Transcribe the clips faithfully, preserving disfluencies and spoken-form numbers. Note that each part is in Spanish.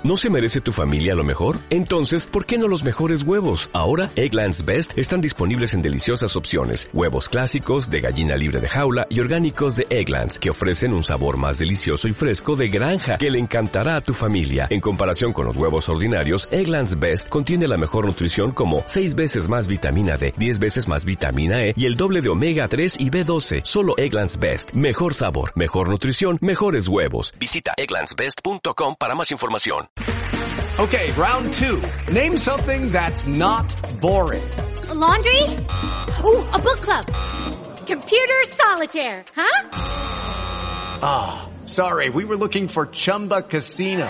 ¿No se merece tu familia lo mejor? Entonces, ¿por qué no los mejores huevos? Ahora, Eggland's Best están disponibles en deliciosas opciones. Huevos clásicos, de gallina libre de jaula y orgánicos de Eggland's, que ofrecen un sabor más delicioso y fresco de granja que le encantará a tu familia. En comparación con los huevos ordinarios, Eggland's Best contiene la mejor nutrición como seis veces más vitamina D, diez veces más vitamina E y el doble de omega tres y B doce. Solo Eggland's Best. Mejor sabor, mejor nutrición, mejores huevos. Visita egglands best punto com para más información. Okay, round two. Name something that's not boring. A laundry? Ooh, a book club. Computer solitaire, huh? Ah, oh, sorry, we were looking for Chumba Casino.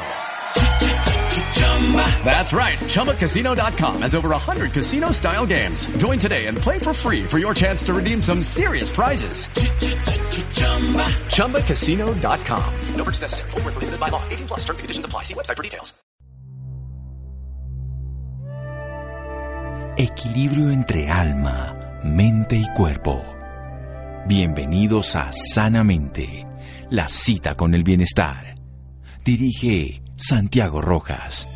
That's right, chumba casino dot com has over one hundred casino-style games. Join today and play for free for your chance to redeem some serious prizes. chumba casino dot com. No purchase necessary. Void where prohibited by law. eighteen plus terms and conditions apply. See website for details. Equilibrio entre alma, mente y cuerpo. Bienvenidos a Sanamente, la cita con el bienestar. Dirige Santiago Rojas.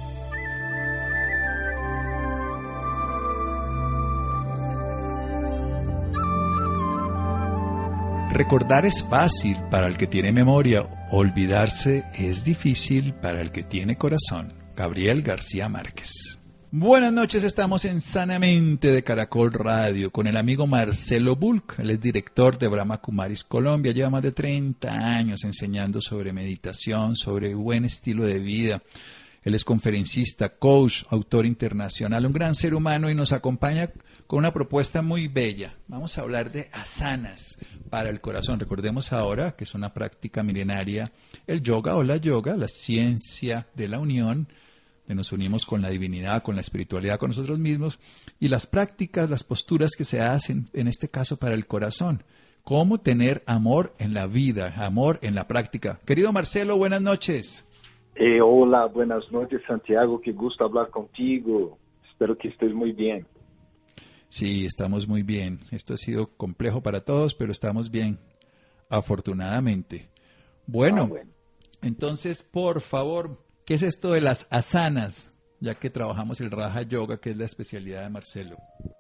Recordar es fácil para el que tiene memoria, olvidarse es difícil para el que tiene corazón. Gabriel García Márquez. Buenas noches, estamos en Sanamente de Caracol Radio con el amigo Marcelo Bulc. Él es director de Brahma Kumaris Colombia, lleva más de treinta años enseñando sobre meditación, sobre buen estilo de vida. Él es conferencista, coach, autor internacional, un gran ser humano y nos acompaña con una propuesta muy bella. Vamos a hablar de asanas para el corazón. Recordemos ahora que es una práctica milenaria, el yoga o la yoga, la ciencia de la unión, que nos unimos con la divinidad, con la espiritualidad, con nosotros mismos, y las prácticas, las posturas que se hacen, en este caso para el corazón. Cómo tener amor en la vida, amor en la práctica. Querido Marcelo, buenas noches. Eh, hola, buenas noches, Santiago, qué gusto hablar contigo. Espero que estés muy bien. Sí, estamos muy bien. Esto ha sido complejo para todos, pero estamos bien, afortunadamente. Bueno, ah, bueno. Entonces, por favor, ¿qué es esto de las asanas? Ya que trabajamos el Raja Yoga, que es la especialidad de Marcelo.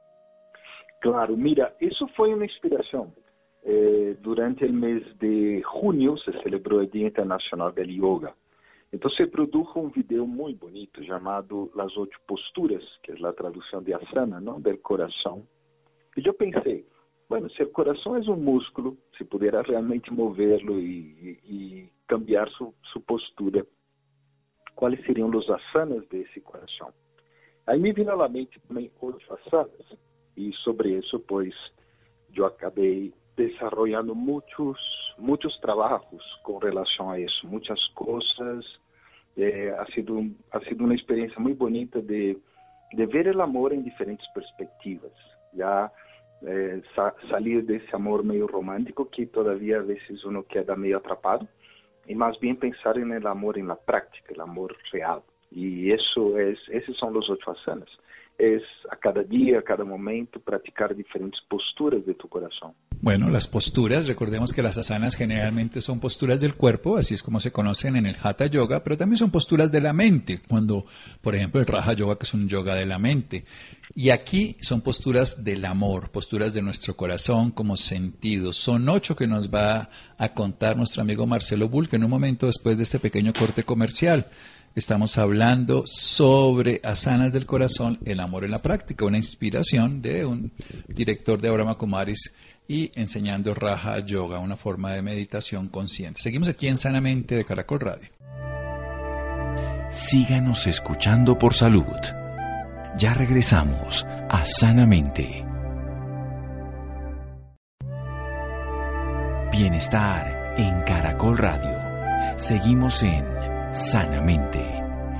Claro, mira, eso fue una inspiración. Eh, durante el mes de junio se celebró el Día Internacional del Yoga. Entonces se produjo un video muy bonito llamado Las Ocho Posturas, que es la traducción de asana, ¿no? Del corazón. Y yo pensé, bueno, si el corazón es un músculo, si pudiera realmente moverlo y, y, y cambiar su, su postura, ¿cuáles serían los asanas de ese corazón? Ahí me vino a la mente también ocho asanas. Y sobre eso, pues, yo acabé desarrollando muchos, muchos trabajos con relación a eso, muchas cosas. Eh, ha sido, un, ha sido una experiencia muy bonita de, de ver el amor en diferentes perspectivas. Ya eh, sa- salir de ese amor medio romántico que todavía a veces uno queda medio atrapado, y más bien pensar en el amor en la práctica, el amor real. Y eso es, esos son los ocho asanas. Es a cada día, a cada momento, practicar diferentes posturas de tu corazón. Bueno, las posturas, recordemos que las asanas generalmente son posturas del cuerpo, así es como se conocen en el Hatha Yoga, pero también son posturas de la mente, cuando, por ejemplo, el Raja Yoga, que es un yoga de la mente. Y aquí son posturas del amor, posturas de nuestro corazón como sentido. Son ocho que nos va a contar nuestro amigo Marcelo Bulc en un momento después de este pequeño corte comercial. Estamos hablando sobre asanas del corazón, el amor en la práctica, una inspiración de un director de Brahma Kumaris y enseñando Raja Yoga, una forma de meditación consciente. Seguimos aquí en Sanamente de Caracol Radio. Síganos escuchando por salud. Ya regresamos a Sanamente. Bienestar en Caracol Radio. Seguimos en Sanamente.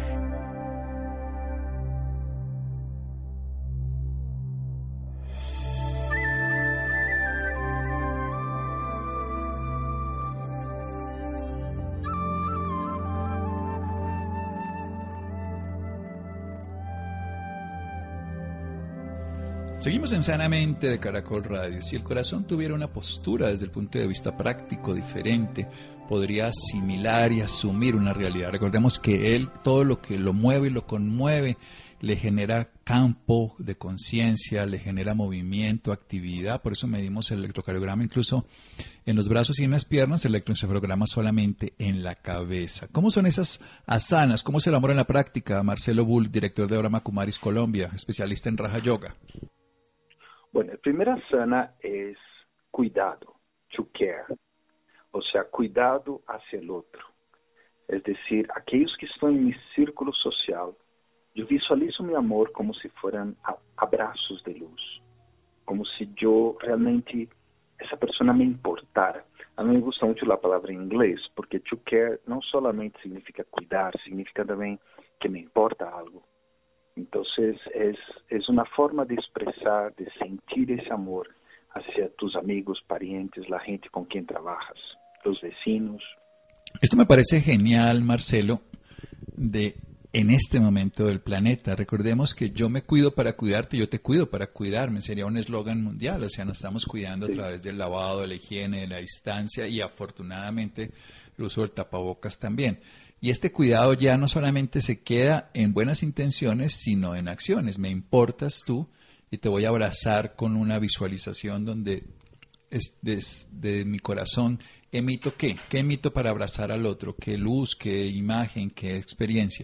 Seguimos en Sanamente de Caracol Radio. Si el corazón tuviera una postura desde el punto de vista práctico diferente, podría asimilar y asumir una realidad. Recordemos que él, todo lo que lo mueve y lo conmueve, le genera campo de conciencia, le genera movimiento, actividad. Por eso medimos el electrocardiograma incluso en los brazos y en las piernas, el electroencefalograma solamente en la cabeza. ¿Cómo son esas asanas? ¿Cómo es el amor en la práctica? Marcelo Bull, director de Brahma Kumaris Colombia, especialista en Raja Yoga. Bueno, la primera asana es cuidado, to care, o sea, cuidado hacia el otro. Es decir, aquellos que están en mi círculo social, yo visualizo mi amor como si fueran abrazos de luz, como si yo realmente, esa persona me importara. A mí me gusta mucho la palabra en inglés, porque to care no solamente significa cuidar, significa también que me importa algo. Entonces es, es una forma de expresar, de sentir ese amor hacia tus amigos, parientes, la gente con quien trabajas, los vecinos. Esto me parece genial, Marcelo, de en este momento del planeta. Recordemos que yo me cuido para cuidarte, yo te cuido para cuidarme. Sería un eslogan mundial, o sea, nos estamos cuidando sí. a través del lavado, de la higiene, de la distancia y afortunadamente el uso del tapabocas también. Y este cuidado ya no solamente se queda en buenas intenciones, sino en acciones. Me importas tú y te voy a abrazar con una visualización donde es desde mi corazón emito ¿qué? ¿Qué emito para abrazar al otro? ¿Qué luz, qué imagen, qué experiencia?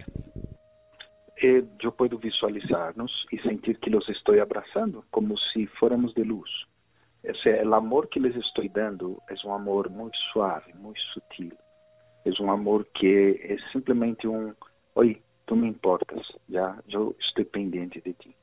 Eh, yo puedo visualizarnos y sentir que los estoy abrazando como si fuéramos de luz. O sea, el amor que les estoy dando es un amor muy suave, muy sutil. Es un amor que es simplemente un, oye, tú me importas, ya, yo estoy pendiente de ti.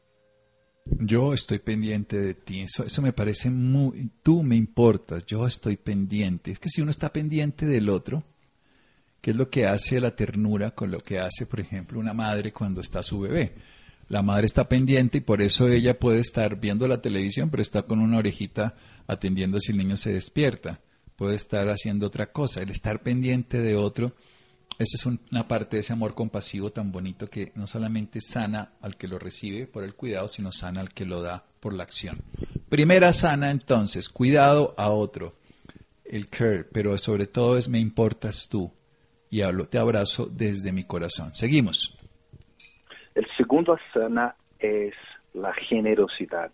Yo estoy pendiente de ti, eso, eso me parece muy, tú me importas, yo estoy pendiente. Es que si uno está pendiente del otro, ¿qué es lo que hace la ternura con lo que hace, por ejemplo, una madre cuando está su bebé? La madre está pendiente y por eso ella puede estar viendo la televisión, pero está con una orejita atendiendo si el niño se despierta. Puede estar haciendo otra cosa. El estar pendiente de otro, esa es un, una parte de ese amor compasivo tan bonito que no solamente sana al que lo recibe por el cuidado, sino sana al que lo da por la acción. Primera sana, entonces, cuidado a otro, el care, pero sobre todo es me importas tú y hablo, te abrazo desde mi corazón. Seguimos. El segundo asana es la generosidad.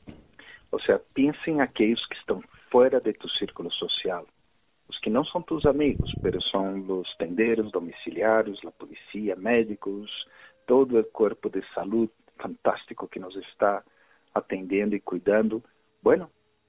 O sea, piensa en aquellos que están fuera de tu círculo social, los que no son tus amigos, pero son los tenderos, domiciliarios, la policía, médicos, todo el cuerpo de salud fantástico que nos está atendiendo y cuidando. Bueno,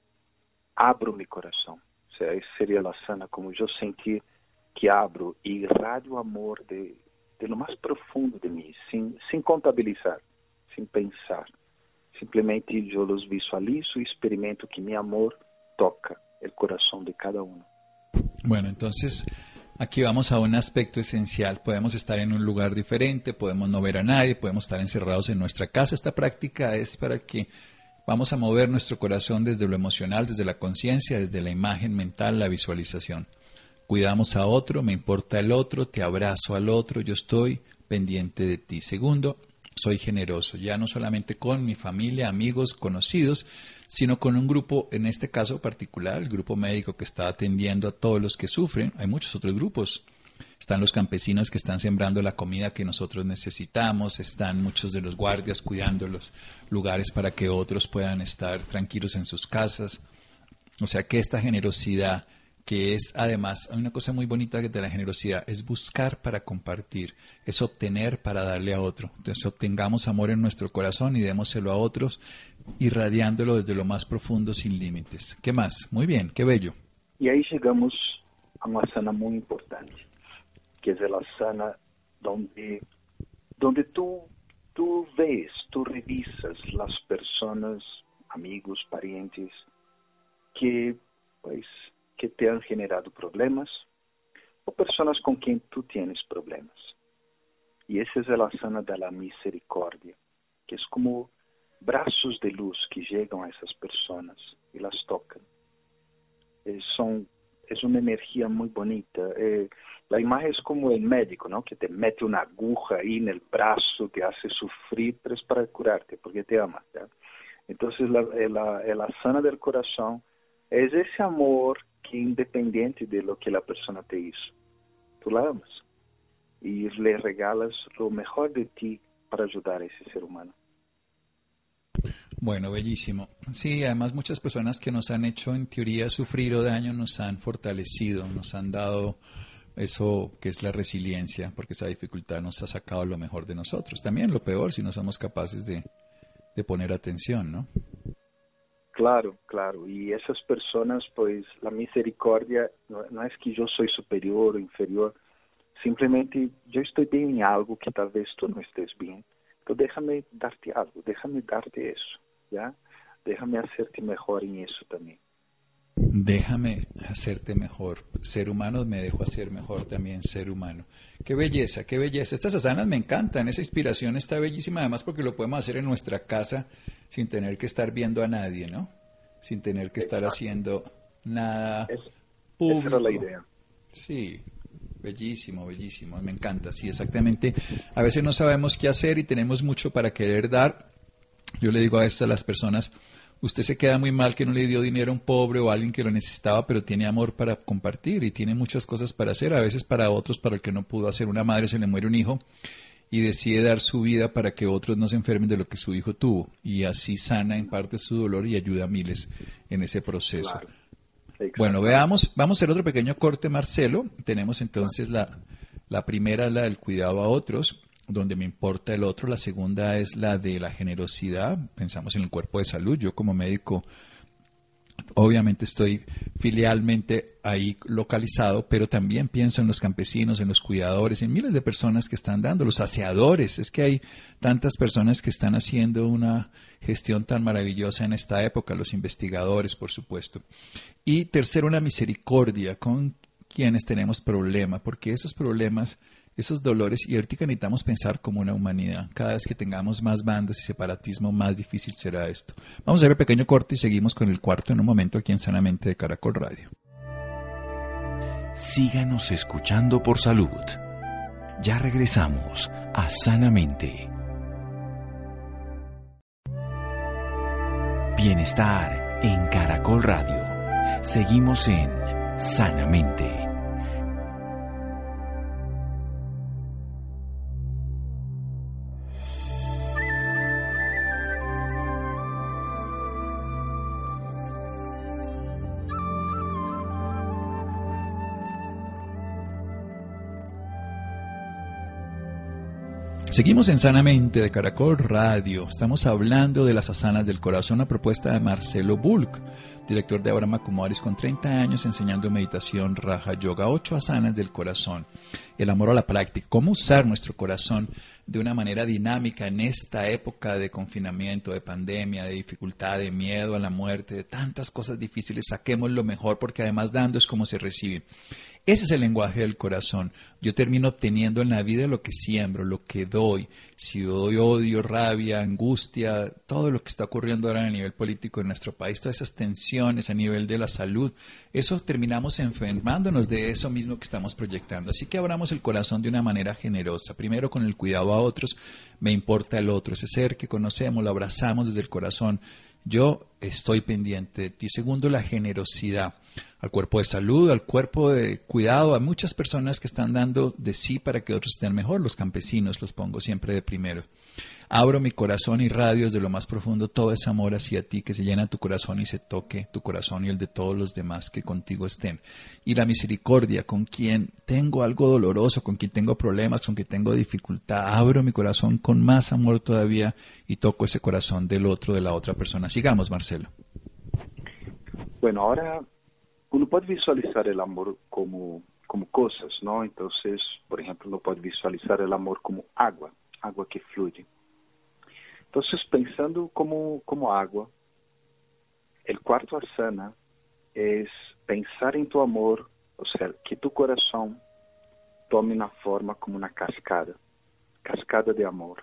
abro mi corazón. O sea, esa sería la sana, como yo sentir que abro y irradio amor de, de lo más profundo de mí, sin, sin contabilizar, sin pensar. Simplemente yo los visualizo y experimento que mi amor toca el corazón de cada uno. Bueno, entonces aquí vamos a un aspecto esencial. Podemos estar en un lugar diferente, podemos no ver a nadie, podemos estar encerrados en nuestra casa. Esta práctica es para que vamos a mover nuestro corazón desde lo emocional, desde la conciencia, desde la imagen mental, la visualización. Cuidamos a otro, me importa el otro, te abrazo al otro, yo estoy pendiente de ti. Segundo, soy generoso, ya no solamente con mi familia, amigos, conocidos, sino con un grupo, en este caso particular, el grupo médico que está atendiendo a todos los que sufren. Hay muchos otros grupos. Están los campesinos que están sembrando la comida que nosotros necesitamos, están muchos de los guardias cuidando los lugares para que otros puedan estar tranquilos en sus casas. O sea que esta generosidad, que es además, hay una cosa muy bonita de la generosidad, es buscar para compartir, es obtener para darle a otro. Entonces obtengamos amor en nuestro corazón y démoselo a otros, irradiándolo desde lo más profundo sin límites. ¿Qué más? Muy bien, qué bello. Y ahí llegamos a una asana muy importante, que es la asana donde, donde tú, tú ves, tú revisas las personas, amigos, parientes, que pues que te han generado problemas o personas con quien tú tienes problemas. Y esa es la asana de la misericordia, que es como brazos de luz que llegan a esas personas y las tocan. Eh, son, es una energía muy bonita. Eh, la imagen es como el médico, ¿no? Que te mete una aguja ahí en el brazo, te hace sufrir, pero es para curarte, porque te ama, ¿ya? Entonces la, la, la asana del corazón es ese amor que independiente de lo que la persona te hizo, tú la amas y le regalas lo mejor de ti para ayudar a ese ser humano. Bueno, bellísimo. Sí, además muchas personas que nos han hecho en teoría sufrir o daño nos han fortalecido, nos han dado eso que es la resiliencia, porque esa dificultad nos ha sacado lo mejor de nosotros. También lo peor si no somos capaces de, de poner atención, ¿no? Claro, claro. Y esas personas, pues la misericordia no, no es que yo soy superior o inferior, simplemente yo estoy bien en algo que tal vez tú no estés bien. Entonces déjame darte algo, déjame darte eso, ¿ya? Déjame hacerte mejor en eso también. Déjame hacerte mejor. Ser humano me dejo hacer mejor también ser humano. Qué belleza, qué belleza. Estas asanas me encantan, esa inspiración está bellísima, además porque lo podemos hacer en nuestra casa sin tener que estar viendo a nadie, ¿no? Sin tener que estar haciendo nada es, público. Esa era la idea. Sí, bellísimo, bellísimo, me encanta, sí, exactamente. A veces no sabemos qué hacer y tenemos mucho para querer dar. Yo le digo a estas a las personas, usted se queda muy mal que no le dio dinero a un pobre o a alguien que lo necesitaba, pero tiene amor para compartir y tiene muchas cosas para hacer, a veces para otros, para el que no pudo hacer. Una madre se le muere un hijo y decide dar su vida para que otros no se enfermen de lo que su hijo tuvo, y así sana en parte su dolor y ayuda a miles en ese proceso. Claro. Exacto. Bueno, veamos, vamos a hacer otro pequeño corte, Marcelo. Tenemos entonces la, la primera, la del cuidado a otros, donde me importa el otro. La segunda es la de la generosidad. Pensamos en el cuerpo de salud. Yo como médico, obviamente estoy filialmente ahí localizado, pero también pienso en los campesinos, en los cuidadores, en miles de personas que están dando, los aseadores. Es que hay tantas personas que están haciendo una gestión tan maravillosa en esta época, los investigadores, por supuesto. Y tercero, una misericordia con quienes tenemos problemas, porque esos problemas, esos dolores, y ahorita necesitamos pensar como una humanidad. Cada vez que tengamos más bandos y separatismo, más difícil será esto. Vamos a ver el pequeño corte y seguimos con el cuarto en un momento aquí en Sanamente de Caracol Radio. Síganos escuchando por salud. Ya regresamos a Sanamente. Bienestar en Caracol Radio. Seguimos en Sanamente. Seguimos en Sanamente de Caracol Radio. Estamos hablando de las asanas del corazón, una propuesta de Marcelo Bulc, director de Brahma Kumaris, con treinta años enseñando meditación, Raja Yoga, ocho asanas del corazón, el amor a la práctica, cómo usar nuestro corazón de una manera dinámica en esta época de confinamiento, de pandemia, de dificultad, de miedo a la muerte, de tantas cosas difíciles. Saquemos lo mejor, porque además dando es como se recibe. Ese es el lenguaje del corazón. Yo termino obteniendo en la vida lo que siembro, lo que doy. Si doy odio, rabia, angustia, todo lo que está ocurriendo ahora a nivel político en nuestro país, todas esas tensiones a nivel de la salud, eso terminamos enfermándonos de eso mismo que estamos proyectando. Así que abramos el corazón de una manera generosa. Primero con el cuidado a otros, me importa el otro, ese ser que conocemos, lo abrazamos desde el corazón. Yo estoy pendiente de ti. Segundo, la generosidad al cuerpo de salud, al cuerpo de cuidado, a muchas personas que están dando de sí para que otros estén mejor. Los campesinos los pongo siempre de primero. Abro mi corazón y radio desde lo más profundo todo ese amor hacia ti, que se llena tu corazón y se toque tu corazón y el de todos los demás que contigo estén. Y la misericordia, con quien tengo algo doloroso, con quien tengo problemas, con quien tengo dificultad, abro mi corazón con más amor todavía y toco ese corazón del otro, de la otra persona. Sigamos, Marcelo. Bueno, ahora uno puede visualizar el amor como, como cosas, ¿no? Entonces, por ejemplo, uno puede visualizar el amor como agua, agua que fluye. Entonces, pensando como, como agua, el cuarto asana es pensar en tu amor, o sea, que tu corazón tome una forma como una cascada, cascada de amor,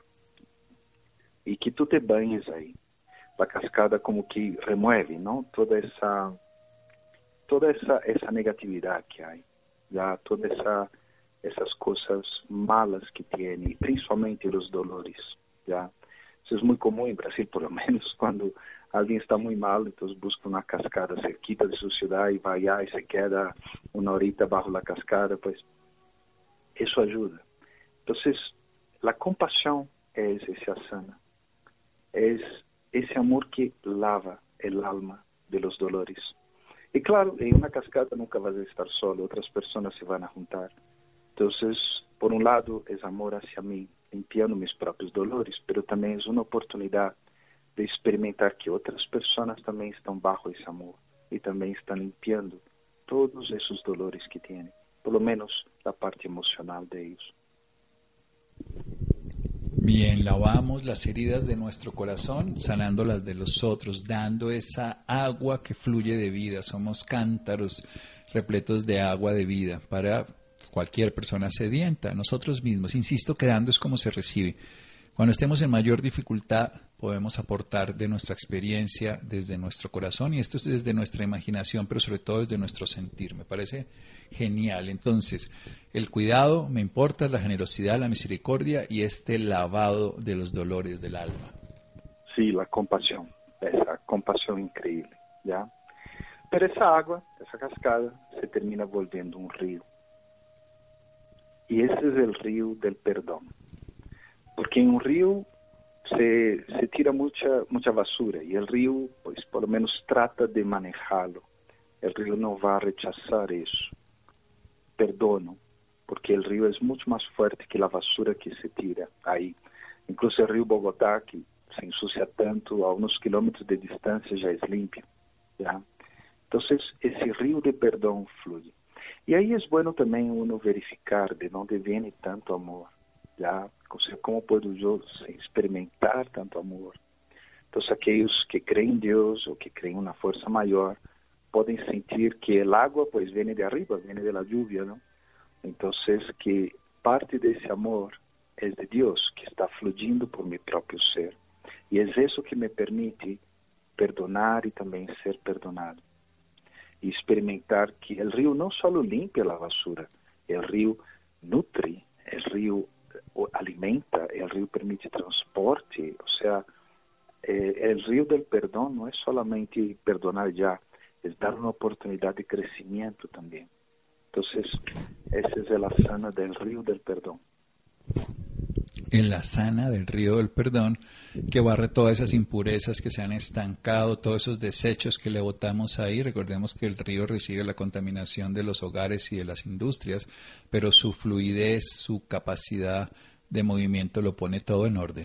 y que tú te bañes ahí. La cascada como que remueve, ¿no? Toda esa, toda esa, esa negatividad que hay, ya toda esa, esas cosas malas que tiene, y principalmente los dolores, ya. Eso es muy común en Brasil, por lo menos, cuando alguien está muy mal, entonces busca una cascada cerquita de su ciudad y va allá y se queda una horita bajo la cascada, pues eso ayuda. Entonces, la compasión es esa sana, es ese amor que lava el alma de los dolores. Y claro, en una cascada nunca vas a estar solo, otras personas se van a juntar. Entonces, por un lado, es amor hacia mí, limpiando mis propios dolores, pero también es una oportunidad de experimentar que otras personas también están bajo ese amor y también están limpiando todos esos dolores que tienen, por lo menos la parte emocional de ellos. Bien, lavamos las heridas de nuestro corazón, sanando las de los otros, dando esa agua que fluye de vida. Somos cántaros repletos de agua de vida para cualquier persona sedienta, nosotros mismos. Insisto que dando es como se recibe. Cuando estemos en mayor dificultad, podemos aportar de nuestra experiencia desde nuestro corazón, y esto es desde nuestra imaginación, pero sobre todo desde nuestro sentir. Me parece genial. Entonces, el cuidado, me importa, la generosidad, la misericordia y este lavado de los dolores del alma. Sí, la compasión, esa compasión increíble, ¿ya? Pero esa agua, esa cascada, se termina volviendo un río. Y ese es el río del perdón. Porque en un río se, se tira mucha, mucha basura y el río, pues por lo menos trata de manejarlo. El río no va a rechazar eso. Perdono, porque el río es mucho más fuerte que la basura que se tira ahí. Incluso el río Bogotá, que se ensucia tanto, a unos kilómetros de distancia ya es limpio, ¿ya? Entonces, ese río de perdón fluye. Y ahí es bueno también uno verificar de dónde viene tanto amor, ¿ya? O sea, ¿cómo puedo yo experimentar tanto amor? Entonces, aquellos que creen en Dios o que creen en una fuerza mayor, pueden sentir que el agua pues viene de arriba, viene de la lluvia, ¿no? Entonces, que parte de ese amor es de Dios, que está fluyendo por mi propio ser. Y es eso que me permite perdonar y también ser perdonado. Y experimentar que el río no solo limpia la basura, el río nutre, el río alimenta, el río permite transporte. O sea, eh, el río del perdón no es solamente perdonar ya, es dar una oportunidad de crecimiento también. Entonces, esa es la sana del río del perdón. En la sana del río del perdón, que barre todas esas impurezas que se han estancado, todos esos desechos que le botamos ahí. Recordemos que el río recibe la contaminación de los hogares y de las industrias, pero su fluidez, su capacidad de movimiento lo pone todo en orden.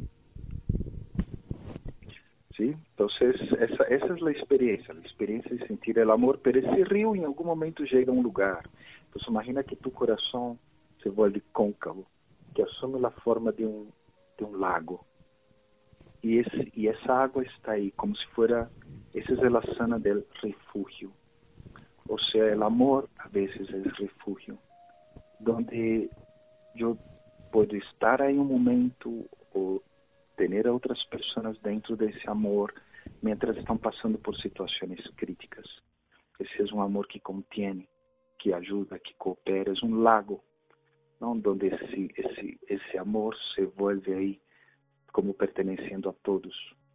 Sí, entonces esa, esa es la experiencia, la experiencia de sentir el amor, pero ese río en algún momento llega a un lugar. Entonces imagina que tu corazón se vuelve cóncavo, que asume la forma de un, de un lago. Y, ese, y esa agua está ahí, como si fuera, esa es la sana del refugio. O sea, el amor a veces es refugio, donde yo puedo estar ahí un momento o tener a otras personas dentro de ese amor mientras están pasando por situaciones críticas. Ese es un amor que contiene, que ayuda, que coopera, es un lago, ¿no? Donde ese, ese, ese amor se vuelve ahí como perteneciendo a todos.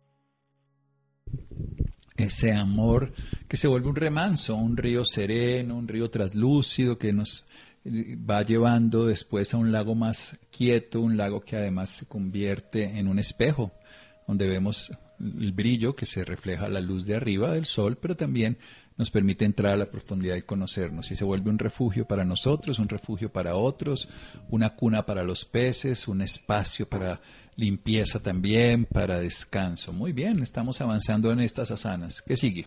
Ese amor que se vuelve un remanso, un río sereno, un río traslúcido que nos va llevando después a un lago más quieto, un lago que además se convierte en un espejo, donde vemos el brillo que se refleja la luz de arriba del sol, pero también nos permite entrar a la profundidad y conocernos, y se vuelve un refugio para nosotros, un refugio para otros, una cuna para los peces, un espacio para limpieza también, para descanso. Muy bien, estamos avanzando en estas asanas. ¿Qué sigue?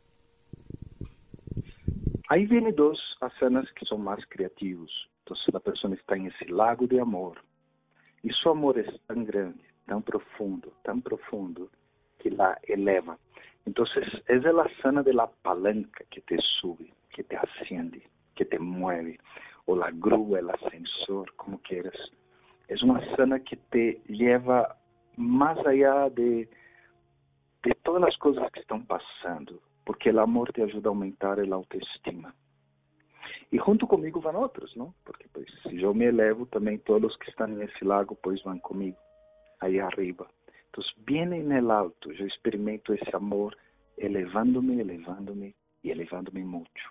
Ahí vienen dos asanas que son más creativos. Entonces la persona está en ese lago de amor y su amor es tan grande, tan profundo, tan profundo que la eleva. Entonces es la asana de la palanca que te sube, que te asciende, que te mueve, o la grúa, el ascensor, como quieras. Es una asana que te lleva más allá de, de todas las cosas que están pasando, porque el amor te ayuda a aumentar la autoestima. Y junto conmigo van otros, ¿no? Porque pues si yo me elevo, también todos los que están en ese lago pues van conmigo, ahí arriba. Entonces, bien en el alto, yo experimento ese amor elevándome, elevándome y elevándome mucho.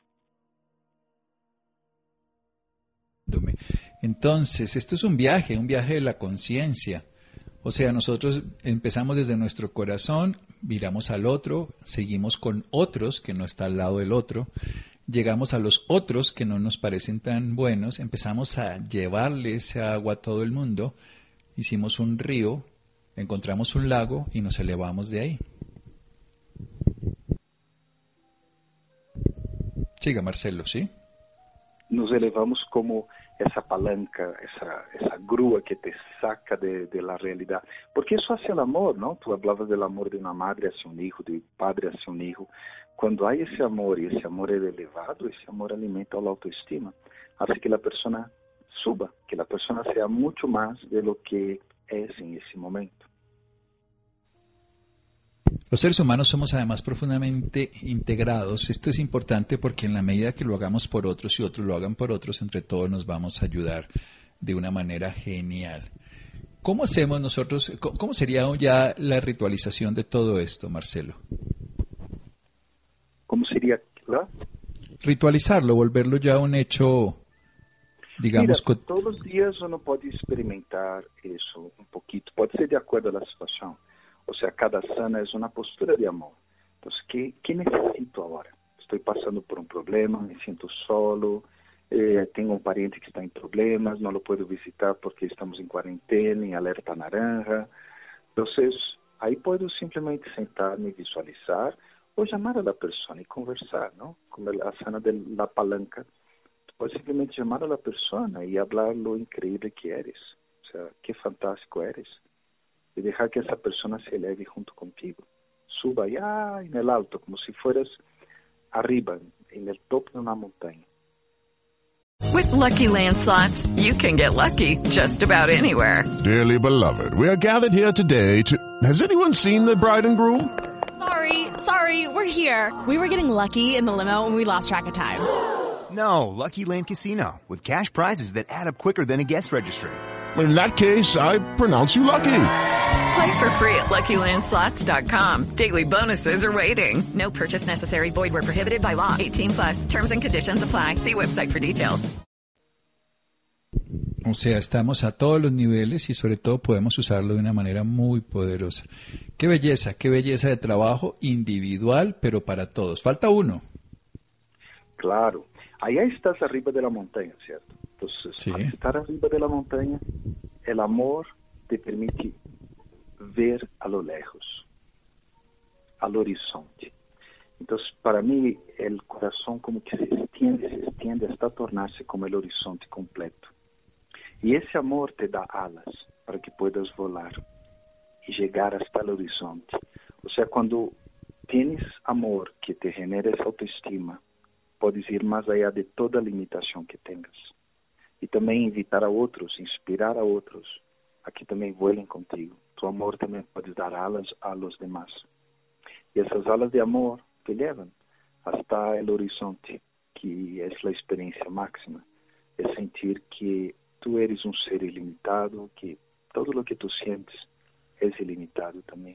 Entonces, esto es un viaje, un viaje de la conciencia. O sea, nosotros empezamos desde nuestro corazón, miramos al otro, seguimos con otros que no está al lado del otro, llegamos a los otros que no nos parecen tan buenos, empezamos a llevarle ese agua a todo el mundo, hicimos un río, encontramos un lago y nos elevamos de ahí. Siga, Marcelo, ¿sí? Nos elevamos como esa palanca, esa, esa grúa que te saca de, de la realidad. Porque eso hace el amor, ¿no? Tú hablabas del amor de una madre hacia un hijo, de un padre hacia un hijo. Cuando hay ese amor y ese amor es elevado, ese amor alimenta la autoestima. Hace que la persona suba, que la persona sea mucho más de lo que es en ese momento. Los seres humanos somos además profundamente integrados. Esto es importante porque en la medida que lo hagamos por otros y otros lo hagan por otros, entre todos nos vamos a ayudar de una manera genial. ¿Cómo hacemos nosotros, cómo sería ya la ritualización de todo esto, Marcelo? ¿Cómo sería? ¿Verdad? Ritualizarlo, volverlo ya un hecho, digamos... Mira, todos los días uno puede experimentar eso un poquito, puede ser de acuerdo a la situación. O sea, cada sana es una postura de amor. Entonces, ¿qué, qué necesito ahora? Estoy pasando por un problema, me siento solo, eh, tengo un pariente que está en problemas, no lo puedo visitar porque estamos en cuarentena, en alerta naranja. Entonces, ahí puedo simplemente sentarme y visualizar o llamar a la persona y conversar, ¿no? Como la sana de la palanca. Tú puedes simplemente llamar a la persona y hablar lo increíble que eres. O sea, qué fantástico eres. Y dejar que esa persona se eleve junto contigo. Suba allá en el alto, como si fueras arriba, en el tope de una montaña. With Lucky Land Slots, you can get lucky just about anywhere. Dearly beloved, we are gathered here today to... Has anyone seen the bride and groom? Sorry, sorry, we're here. We were getting lucky in the limo and we lost track of time. No, Lucky Land Casino, with cash prizes that add up quicker than a guest registry. In that case, I pronounce you lucky. Play for free at Lucky Land Slots dot com. Daily bonuses are waiting. No purchase necessary. Void where prohibited by law. eighteen plus. Terms and conditions apply. See website for details. O sea, estamos a todos los niveles y sobre todo podemos usarlo de una manera muy poderosa. Qué belleza, qué belleza de trabajo individual, pero para todos. Falta uno. Claro. Allá estás arriba de la montaña, ¿cierto? Entonces, sí. Al estar arriba de la montaña, el amor te permite ver a lo lejos, al horizonte. Entonces, para mí, el corazón como que se extiende, se extiende hasta tornarse como el horizonte completo. Y ese amor te da alas para que puedas volar y llegar hasta el horizonte. O sea, cuando tienes amor que te genera esa autoestima, puedes ir más allá de toda limitación que tengas. Y también invitar a otros, inspirar a otros a que también vuelen contigo. Tu amor también puede dar alas a los demás. Y esas alas de amor te llevan hasta el horizonte, que es la experiencia máxima. Es sentir que tú eres un ser ilimitado, que todo lo que tú sientes es ilimitado también.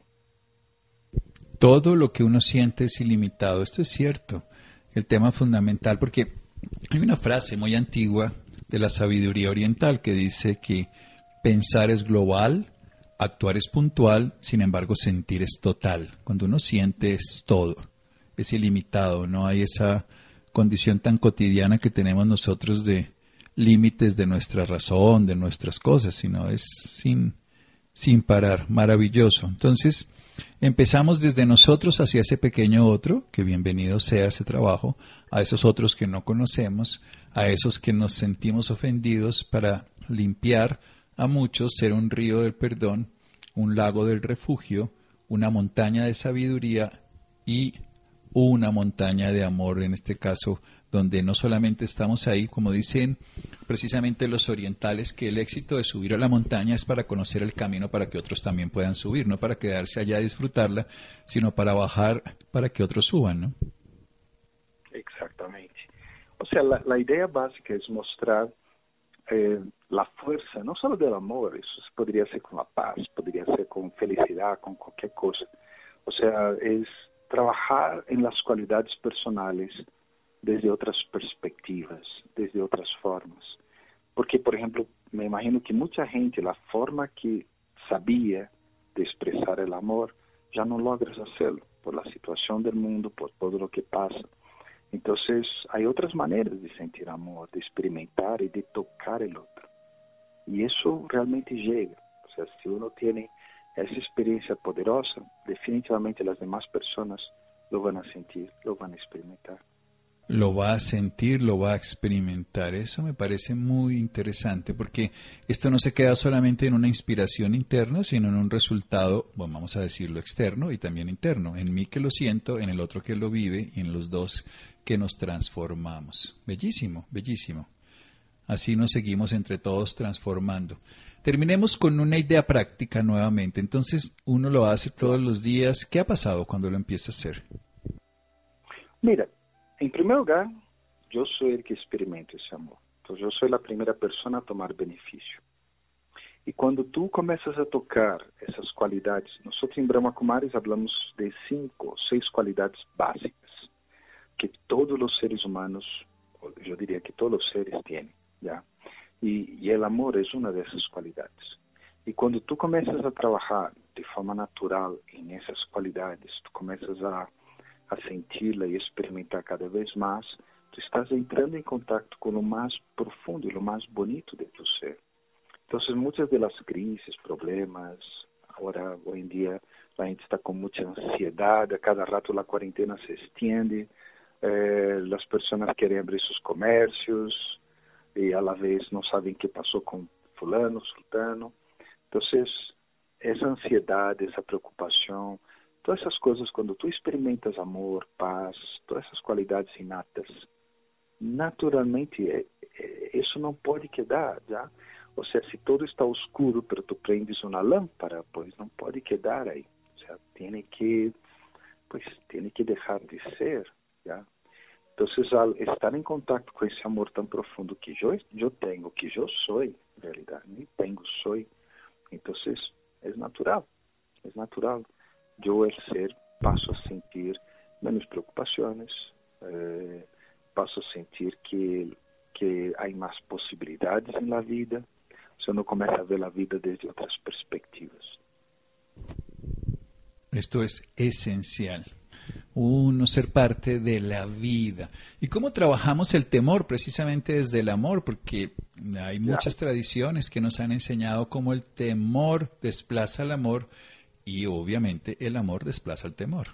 Todo lo que uno siente es ilimitado. Esto es cierto. El tema fundamental, porque hay una frase muy antigua de la sabiduría oriental que dice que pensar es global, actuar es puntual, sin embargo sentir es total. Cuando uno siente es todo, es ilimitado, no hay esa condición tan cotidiana que tenemos nosotros de límites de nuestra razón, de nuestras cosas, sino es sin, sin parar, maravilloso. Entonces, empezamos desde nosotros hacia ese pequeño otro, que bienvenido sea ese trabajo, a esos otros que no conocemos, a esos que nos sentimos ofendidos, para limpiar a muchos, ser un río del perdón, un lago del refugio, una montaña de sabiduría y una montaña de amor, en este caso, donde no solamente estamos ahí, como dicen precisamente los orientales, que el éxito de subir a la montaña es para conocer el camino para que otros también puedan subir, no para quedarse allá a disfrutarla, sino para bajar para que otros suban, ¿no? Exactamente. O sea, la, la idea básica es mostrar eh, la fuerza, no solo del amor, eso podría ser con la paz, podría ser con felicidad, con cualquier cosa. O sea, es trabajar en las cualidades personales desde otras perspectivas, desde otras formas. Porque, por ejemplo, me imagino que mucha gente, la forma que sabía de expresar el amor, ya no logras hacerlo por la situación del mundo, por todo lo que pasa. Entonces, hay otras maneras de sentir amor, de experimentar y de tocar el otro. Y eso realmente llega. O sea, si uno tiene esa experiencia poderosa, definitivamente las demás personas lo van a sentir, lo van a experimentar. Lo va a sentir, lo va a experimentar. Eso me parece muy interesante porque esto no se queda solamente en una inspiración interna, sino en un resultado, bueno, vamos a decirlo, externo y también interno. En mí que lo siento, en el otro que lo vive y en los dos que nos transformamos. Bellísimo, bellísimo. Así nos seguimos entre todos transformando. Terminemos con una idea práctica nuevamente. Entonces, uno lo hace todos los días. ¿Qué ha pasado cuando lo empieza a hacer? Mira, en primer lugar, yo soy el que experimento ese amor. Entonces, yo soy la primera persona a tomar beneficio. Y cuando tú comienzas a tocar esas cualidades, nosotros en Brahma Kumaris hablamos de cinco o seis cualidades básicas que todos los seres humanos, yo diría que todos los seres tienen, ¿ya? Y, y el amor es una de esas cualidades. Y cuando tú comienzas a trabajar de forma natural en esas cualidades, tú comienzas a, a sentirla y experimentar cada vez más, tú estás entrando en contacto con lo más profundo y lo más bonito de tu ser. Entonces, muchas de las crisis, problemas, ahora, hoy en día, la gente está con mucha ansiedad, a cada rato la cuarentena se extiende, eh, las personas quieren abrir sus comercios y a la vez no saben qué pasó con fulano, sultano. Entonces, esa ansiedad, esa preocupación, todas esas cosas, cuando tú experimentas amor, paz, todas esas cualidades innatas, naturalmente eh, eso no puede quedar, ¿ya? O sea, si todo está oscuro, pero tú prendes una lámpara, pues no puede quedar ahí. O sea, tiene que, pues, tiene que dejar de ser, ¿ya? Entonces, al estar en contacto con ese amor tan profundo que yo, yo tengo, que yo soy, en realidad, ni tengo, soy, entonces es natural, es natural. Yo, el ser, paso a sentir menos preocupaciones, eh, paso a sentir que, que hay más posibilidades en la vida. O sea, uno comienza a ver la vida desde otras perspectivas. Esto es esencial. Uno ser parte de la vida. ¿Y cómo trabajamos el temor? Precisamente desde el amor, porque hay muchas tradiciones que nos han enseñado cómo el temor desplaza el amor y obviamente el amor desplaza el temor.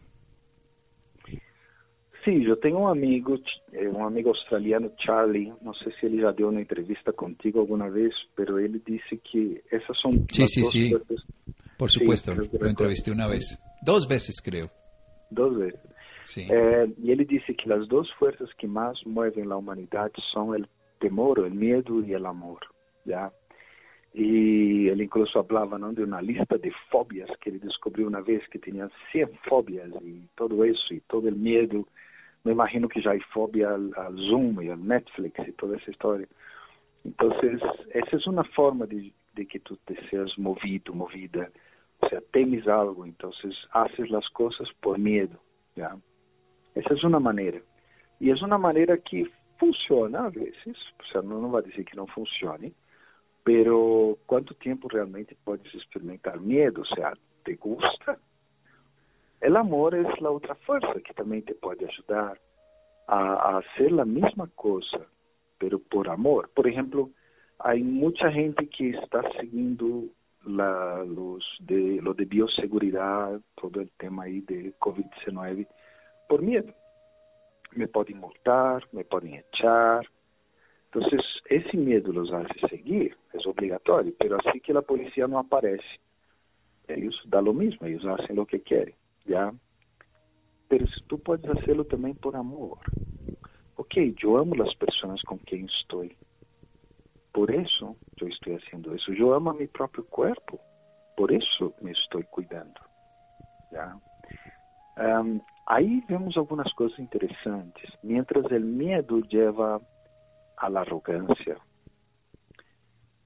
Sí, yo tengo un amigo, un amigo australiano, Charlie, no sé si él ya dio una entrevista contigo alguna vez, pero él dice que esas son sí, las sí, dos sí. fuerzas. Por supuesto, sí, lo entrevisté una vez, dos veces creo. Dos veces. Sí. Eh, y él dice que las dos fuerzas que más mueven la humanidad son el temor, el miedo y el amor, ¿ya? Y él incluso hablaba, ¿no?, de una lista de fobias que él descubrió una vez, que tenía cien fobias y todo eso, y todo el miedo. Me imagino que ya hay fobia al, al Zoom y al Netflix y toda esa historia. Entonces, esa es una forma de, de que tú te seas movido, movida. O sea, temes algo, entonces haces las cosas por miedo, ¿ya? Esa es una manera. Y es una manera que funciona a veces. O sea, no, no va a decir que no funcione, pero ¿cuánto tiempo realmente puedes experimentar miedo? O sea, ¿te gusta? El amor es la otra fuerza que también te puede ayudar a, a hacer la misma cosa, pero por amor. Por ejemplo, hay mucha gente que está siguiendo la, los de, lo de bioseguridad, todo el tema ahí de COVID diecinueve, por miedo. Me pueden multar, me pueden echar. Entonces, ese miedo los hace seguir, es obligatorio, pero así que la policía no aparece, ellos da lo mismo, ellos hacen lo que quieren, ¿ya? Pero si tú puedes hacerlo también por amor. Ok, yo amo las personas con quien estoy, por eso yo estoy haciendo eso. Yo amo a mi propio cuerpo, por eso me estoy cuidando, ¿ya? Um, ahí vemos algunas cosas interesantes. Mientras el miedo lleva a la arrogancia,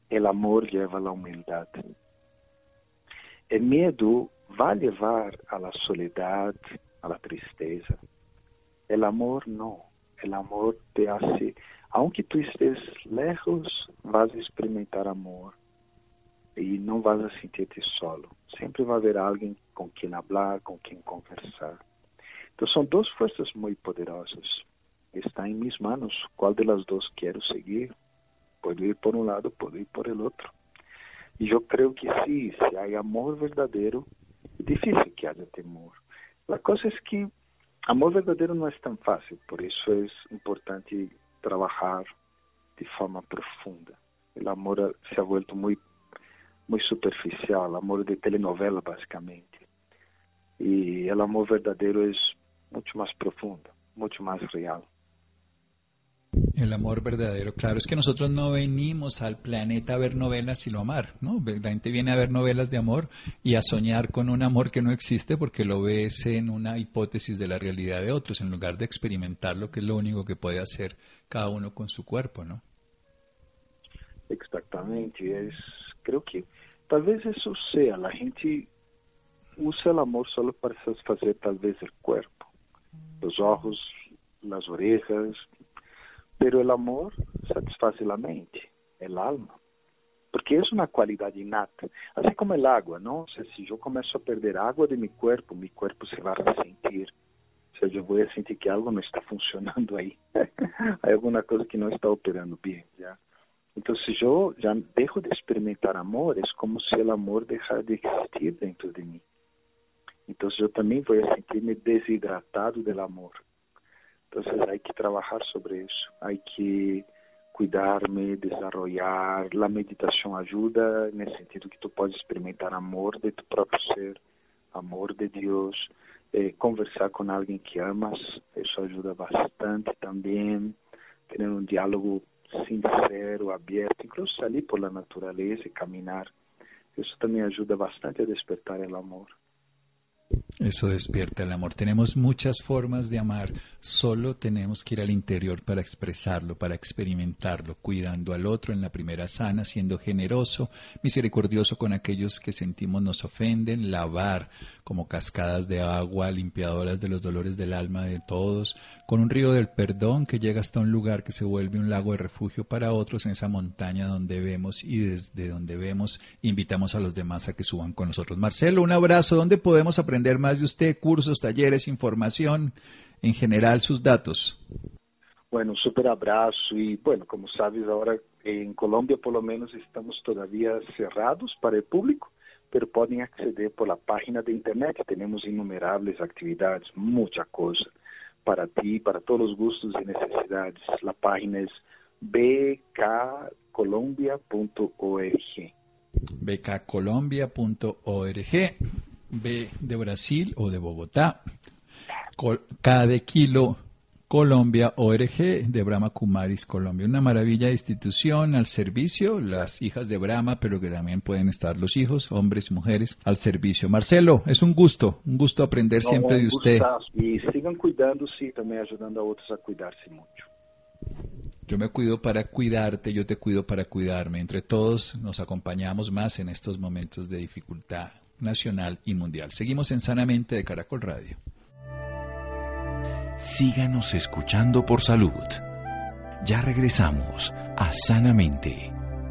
el amor lleva a la humildad. El miedo va a llevar a la soledad, a la tristeza. El amor no. El amor te hace, aunque tú estés lejos, vas a experimentar amor. Y no vas a sentirte solo. Siempre va a haber alguien con quien hablar, con quien conversar. Entonces son dos fuerzas muy poderosas. Está en mis manos cuál de las dos quiero seguir. Puedo ir por un lado, puedo ir por el otro. Y yo creo que sí, si hay amor verdadero, es difícil que haya temor. La cosa es que amor verdadero no es tan fácil, por eso es importante trabajar de forma profunda. El amor se ha vuelto muy, muy superficial, amor de telenovela básicamente. Y el amor verdadero es mucho más profundo, mucho más real. El amor verdadero, claro, es que nosotros no venimos al planeta a ver novelas sino a amar, ¿no? La gente viene a ver novelas de amor y a soñar con un amor que no existe porque lo ves en una hipótesis de la realidad de otros, en lugar de experimentar lo que es lo único que puede hacer cada uno con su cuerpo, ¿no? Exactamente, es, creo que tal vez eso sea, la gente usa el amor solo para satisfacer tal vez el cuerpo, los ojos, las orejas, pero el amor satisface la mente, el alma, porque es una cualidad innata, así como el agua, ¿no? O sea, si yo comienzo a perder agua de mi cuerpo, mi cuerpo se va a resentir, o sea, yo voy a sentir que algo no está funcionando ahí, hay alguna cosa que no está operando bien, ¿ya? Entonces, si yo ya dejo de experimentar amor, es como si el amor dejara de existir dentro de mí. Entonces, yo también voy a sentirme deshidratado del amor. Entonces, hay que trabajar sobre eso. Hay que cuidarme, desarrollar. La meditación ayuda en el sentido que tú puedes experimentar amor de tu propio ser, amor de Dios. Eh, conversar con alguien que amas, eso ayuda bastante también. Tener un diálogo sincero, abierto, incluso salir por la naturaleza y caminar. Eso también ayuda bastante a despertar el amor. Eso despierta el amor. Tenemos muchas formas de amar, solo tenemos que ir al interior para expresarlo, para experimentarlo, cuidando al otro en la primera sana, siendo generoso, misericordioso con aquellos que sentimos nos ofenden, lavar como cascadas de agua, limpiadoras de los dolores del alma de todos, con un río del perdón que llega hasta un lugar que se vuelve un lago de refugio para otros en esa montaña donde vemos y desde donde vemos invitamos a los demás a que suban con nosotros. Marcelo, un abrazo. ¿Dónde podemos aprender más de usted? Cursos, talleres, información, en general sus datos. Bueno, un súper abrazo y bueno, como sabes ahora en Colombia por lo menos estamos todavía cerrados para el público, pero pueden acceder por la página de internet. Tenemos innumerables actividades, mucha cosa para ti, para todos los gustos y necesidades. La página es b k colombia punto org. b k colombia punto org. B de Brasil o de Bogotá, K de Kilo, Colombia, O R G de Brahma Kumaris, Colombia. Una maravilla de institución al servicio, las hijas de Brahma, pero que también pueden estar los hijos, hombres y mujeres, al servicio. Marcelo, es un gusto, un gusto aprender no, siempre de usted. Gustazo. Y sigan cuidándose y también ayudando a otros a cuidarse mucho. Yo me cuido para cuidarte, yo te cuido para cuidarme. Entre todos nos acompañamos más en estos momentos de dificultad nacional y mundial. Seguimos en Sanamente de Caracol Radio. Síganos escuchando por salud. Ya regresamos a Sanamente.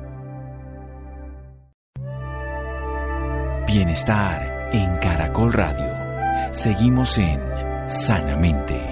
Bienestar en Caracol Radio. Seguimos en Sanamente.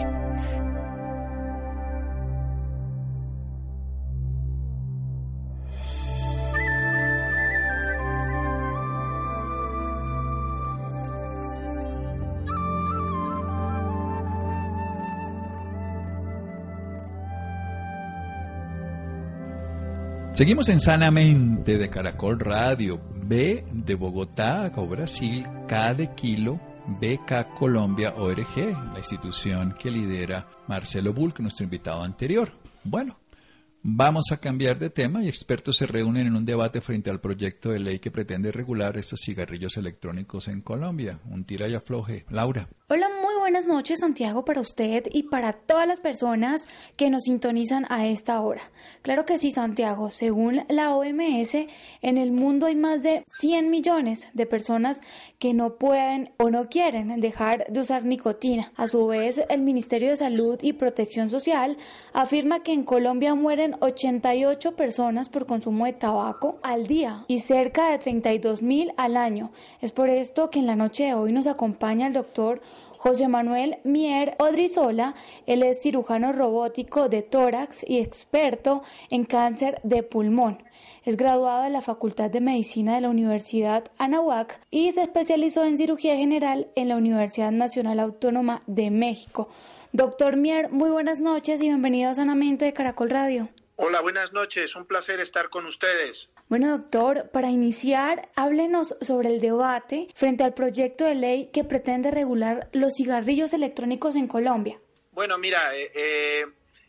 Seguimos en Sanamente de Caracol Radio. B de Bogotá o Brasil, K de Kilo, B K Colombia O R G, la institución que lidera Marcelo Bulc, nuestro invitado anterior. Bueno, vamos a cambiar de tema y expertos se reúnen en un debate frente al proyecto de ley que pretende regular estos cigarrillos electrónicos en Colombia. Un tira y afloje. Laura. Hola, muy buenas noches, Santiago, para usted y para todas las personas que nos sintonizan a esta hora. Claro que sí, Santiago. Según la O M S, en el mundo hay más de cien millones de personas que no pueden o no quieren dejar de usar nicotina. A su vez, el Ministerio de Salud y Protección Social afirma que en Colombia mueren ochenta y ocho personas por consumo de tabaco al día y cerca de treinta y dos mil al año. Es por esto que en la noche de hoy nos acompaña el doctor José Manuel Mier Odrizola. Él es cirujano robótico de tórax y experto en cáncer de pulmón. Es graduado de la Facultad de Medicina de la Universidad Anáhuac y se especializó en cirugía general en la Universidad Nacional Autónoma de México. Doctor Mier, muy buenas noches y bienvenido a Sanamente de Caracol Radio. Hola, buenas noches. Un placer estar con ustedes. Bueno, doctor, para iniciar, háblenos sobre el debate frente al proyecto de ley que pretende regular los cigarrillos electrónicos en Colombia. Bueno, mira, eh, eh,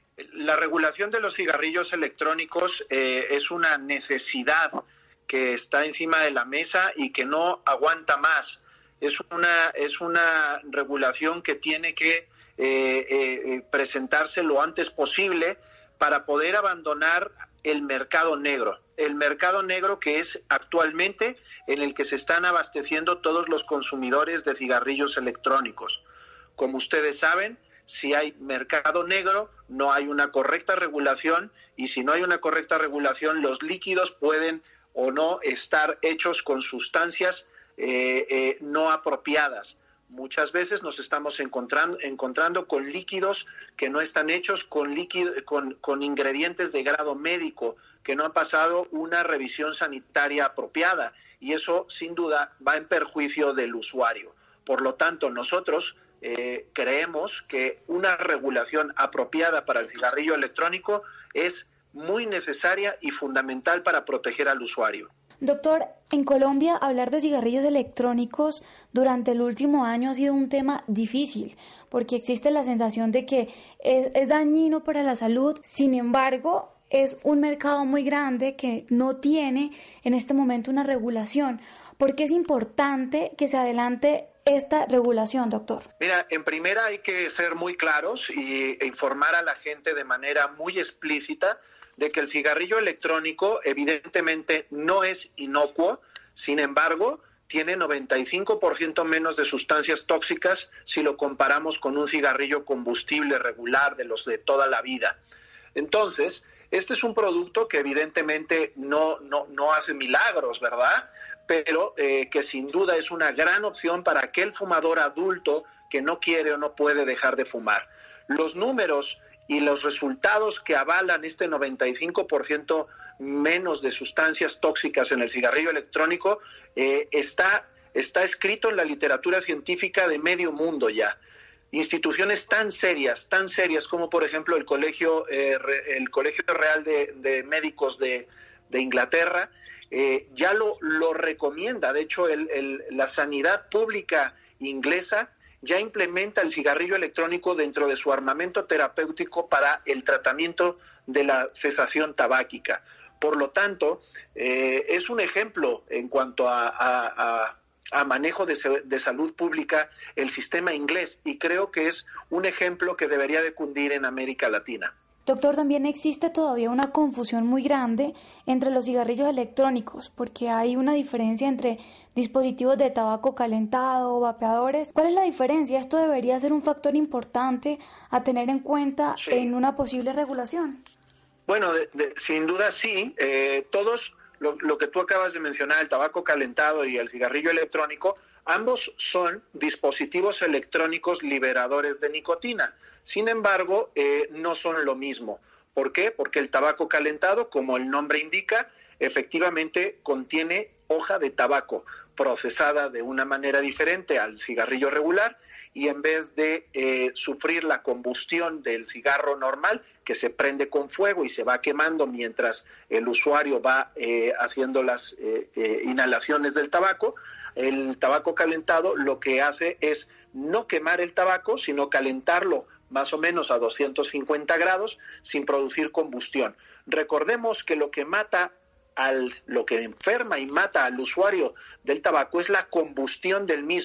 la regulación de los cigarrillos electrónicos eh, es una necesidad que está encima de la mesa y que no aguanta más. Es una, es una regulación que tiene que eh, eh, presentarse lo antes posible para poder abandonar el mercado negro, el mercado negro que es actualmente en el que se están abasteciendo todos los consumidores de cigarrillos electrónicos. Como ustedes saben, si hay mercado negro, no hay una correcta regulación, y si no hay una correcta regulación, los líquidos pueden o no estar hechos con sustancias eh, eh, no apropiadas. Muchas veces nos estamos encontrando, encontrando con líquidos que no están hechos con, líquido, con, con ingredientes de grado médico, que no han pasado una revisión sanitaria apropiada, y eso sin duda va en perjuicio del usuario. Por lo tanto, nosotros eh, creemos que una regulación apropiada para el cigarrillo electrónico es muy necesaria y fundamental para proteger al usuario. Doctor, en Colombia hablar de cigarrillos electrónicos durante el último año ha sido un tema difícil, porque existe la sensación de que es, es dañino para la salud. Sin embargo, es un mercado muy grande que no tiene en este momento una regulación. ¿Por qué es importante que se adelante esta regulación, doctor? Mira, en primera hay que ser muy claros y e informar a la gente de manera muy explícita de que el cigarrillo electrónico evidentemente no es inocuo, sin embargo, tiene noventa y cinco por ciento menos de sustancias tóxicas si lo comparamos con un cigarrillo combustible regular de los de toda la vida. Entonces, este es un producto que evidentemente no, no, no hace milagros, ¿verdad? Pero eh, que sin duda es una gran opción para aquel fumador adulto que no quiere o no puede dejar de fumar. Los números y los resultados que avalan este noventa y cinco por ciento menos de sustancias tóxicas en el cigarrillo electrónico eh, está, está escrito en la literatura científica de medio mundo ya. Instituciones tan serias, tan serias como por ejemplo el Colegio, eh, el Colegio Real de, de Médicos de, de Inglaterra eh, ya lo, lo recomienda. De hecho, el, el, la sanidad pública inglesa ya implementa el cigarrillo electrónico dentro de su armamento terapéutico para el tratamiento de la cesación tabáquica. Por lo tanto, eh, es un ejemplo en cuanto a, a, a, a manejo de, de salud pública el sistema inglés, y creo que es un ejemplo que debería de cundir en América Latina. Doctor, también existe todavía una confusión muy grande entre los cigarrillos electrónicos, porque hay una diferencia entre dispositivos de tabaco calentado, vapeadores. ¿Cuál es la diferencia? Esto debería ser un factor importante a tener en cuenta sí. en una posible regulación. Bueno, de, de, sin duda sí. Eh, todos, lo, lo que tú acabas de mencionar, el tabaco calentado y el cigarrillo electrónico, ambos son dispositivos electrónicos liberadores de nicotina. Sin embargo, eh, no son lo mismo. ¿Por qué? Porque el tabaco calentado, como el nombre indica, efectivamente contiene hoja de tabaco procesada de una manera diferente al cigarrillo regular, y en vez de eh, sufrir la combustión del cigarro normal, que se prende con fuego y se va quemando mientras el usuario va eh, haciendo las eh, eh, inhalaciones del tabaco, el tabaco calentado lo que hace es no quemar el tabaco, sino calentarlo más o menos a doscientos cincuenta grados sin producir combustión. Recordemos que lo que mata al, lo que enferma y mata al usuario del tabaco es la combustión del mismo,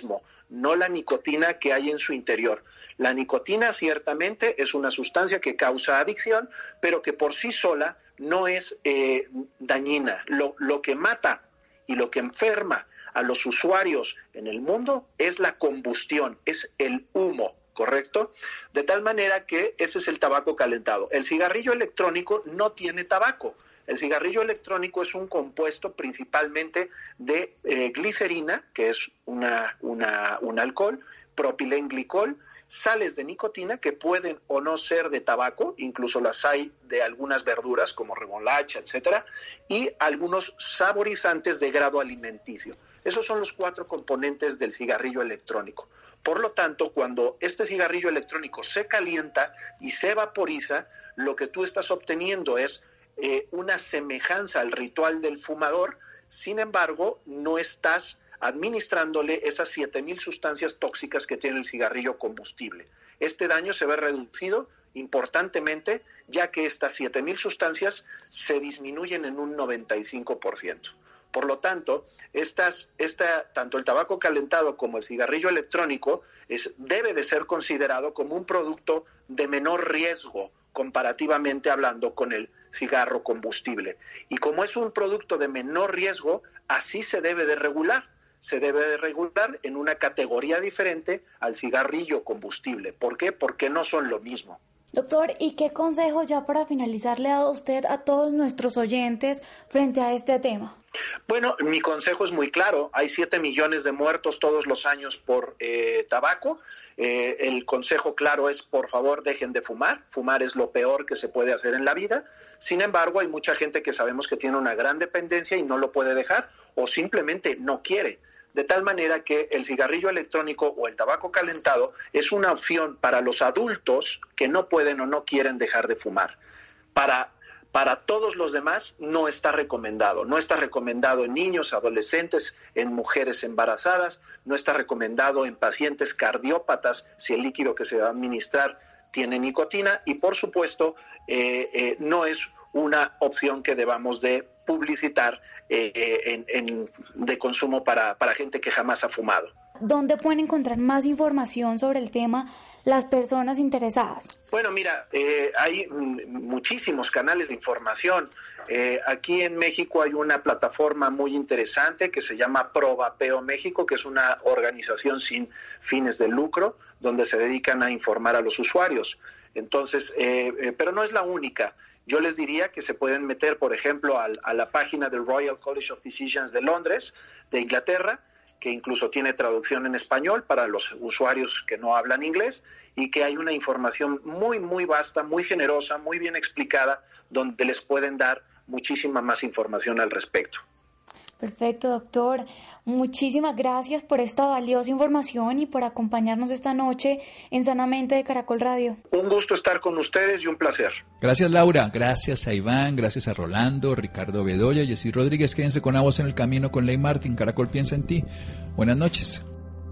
no la nicotina que hay en su interior. La nicotina ciertamente es una sustancia que causa adicción, pero que por sí sola no es eh, dañina. Lo, lo que mata y lo que enferma a los usuarios en el mundo es la combustión, es el humo, ¿correcto? De tal manera que ese es el tabaco calentado. El cigarrillo electrónico no tiene tabaco. El cigarrillo electrónico es un compuesto principalmente de eh, glicerina, que es una, una, un alcohol, propilenglicol, sales de nicotina que pueden o no ser de tabaco, incluso las hay de algunas verduras como remolacha, etcétera, y algunos saborizantes de grado alimenticio. Esos son los cuatro componentes del cigarrillo electrónico. Por lo tanto, cuando este cigarrillo electrónico se calienta y se vaporiza, lo que tú estás obteniendo es eh, una semejanza al ritual del fumador. Sin embargo, no estás administrándole esas siete mil sustancias tóxicas que tiene el cigarrillo combustible. Este daño se ve reducido importantemente, ya que estas siete mil sustancias se disminuyen en un noventa y cinco por ciento. Por lo tanto, estas, esta, tanto el tabaco calentado como el cigarrillo electrónico es, debe de ser considerado como un producto de menor riesgo comparativamente hablando con el cigarro combustible. Y como es un producto de menor riesgo, así se debe de regular. Se debe de regular en una categoría diferente al cigarrillo combustible. ¿Por qué? Porque no son lo mismo. Doctor, ¿y qué consejo ya para finalizar le ha dado usted a todos nuestros oyentes frente a este tema? Bueno, mi consejo es muy claro. Hay siete millones de muertos todos los años por eh, tabaco. Eh, el consejo claro es, por favor, dejen de fumar. Fumar es lo peor que se puede hacer en la vida. Sin embargo, hay mucha gente que sabemos que tiene una gran dependencia y no lo puede dejar o simplemente no quiere. De tal manera que el cigarrillo electrónico o el tabaco calentado es una opción para los adultos que no pueden o no quieren dejar de fumar. Para, para todos los demás no está recomendado. No está recomendado en niños, adolescentes, en mujeres embarazadas, no está recomendado en pacientes cardiópatas si el líquido que se va a administrar tiene nicotina y, por supuesto, eh, eh, no es una opción que debamos de publicitar eh, en, en, de consumo para, para gente que jamás ha fumado. ¿Dónde pueden encontrar más información sobre el tema las personas interesadas? Bueno, mira, eh, hay m- muchísimos canales de información. Eh, aquí en México hay una plataforma muy interesante que se llama ProVapeo México, que es una organización sin fines de lucro, donde se dedican a informar a los usuarios. Entonces, eh, eh, pero no es la única. Yo les diría que se pueden meter, por ejemplo, al, a la página del Royal College of Physicians de Londres, de Inglaterra, que incluso tiene traducción en español para los usuarios que no hablan inglés, y que hay una información muy, muy vasta, muy generosa, muy bien explicada, donde les pueden dar muchísima más información al respecto. Perfecto, doctor. Muchísimas gracias por esta valiosa información y por acompañarnos esta noche en Sanamente de Caracol Radio. Un gusto estar con ustedes y un placer. Gracias, Laura. Gracias a Iván, gracias a Rolando, Ricardo Bedoya, Jessy Rodríguez. Quédense con La Voz en el Camino con Ley Martin. Caracol piensa en ti. Buenas noches.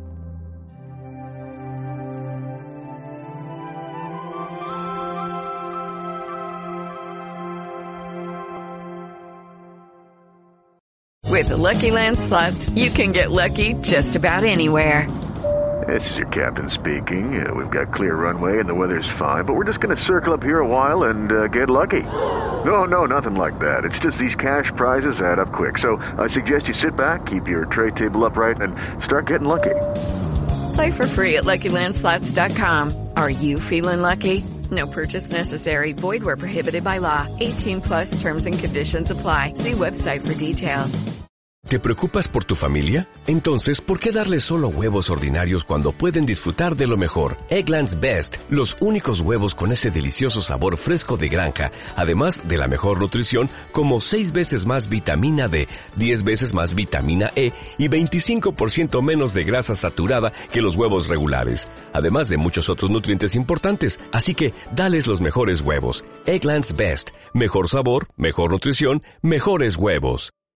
With the Lucky Land Slots, you can get lucky just about anywhere. This is your captain speaking. Uh, we've got clear runway and the weather's fine, but we're just going to circle up here a while and uh, get lucky. No, no, nothing like that. It's just these cash prizes add up quick. So I suggest you sit back, keep your tray table upright, and start getting lucky. Play for free at Lucky Land Slots dot com. Are you feeling lucky? No purchase necessary. Void where prohibited by law. eighteen plus terms and conditions apply. See website for details. ¿Te preocupas por tu familia? Entonces, ¿por qué darles solo huevos ordinarios cuando pueden disfrutar de lo mejor? Eggland's Best, los únicos huevos con ese delicioso sabor fresco de granja, además de la mejor nutrición, como seis veces más vitamina D, diez veces más vitamina E y veinticinco por ciento menos de grasa saturada que los huevos regulares, además de muchos otros nutrientes importantes. Así que, dales los mejores huevos. Eggland's Best, mejor sabor, mejor nutrición, mejores huevos.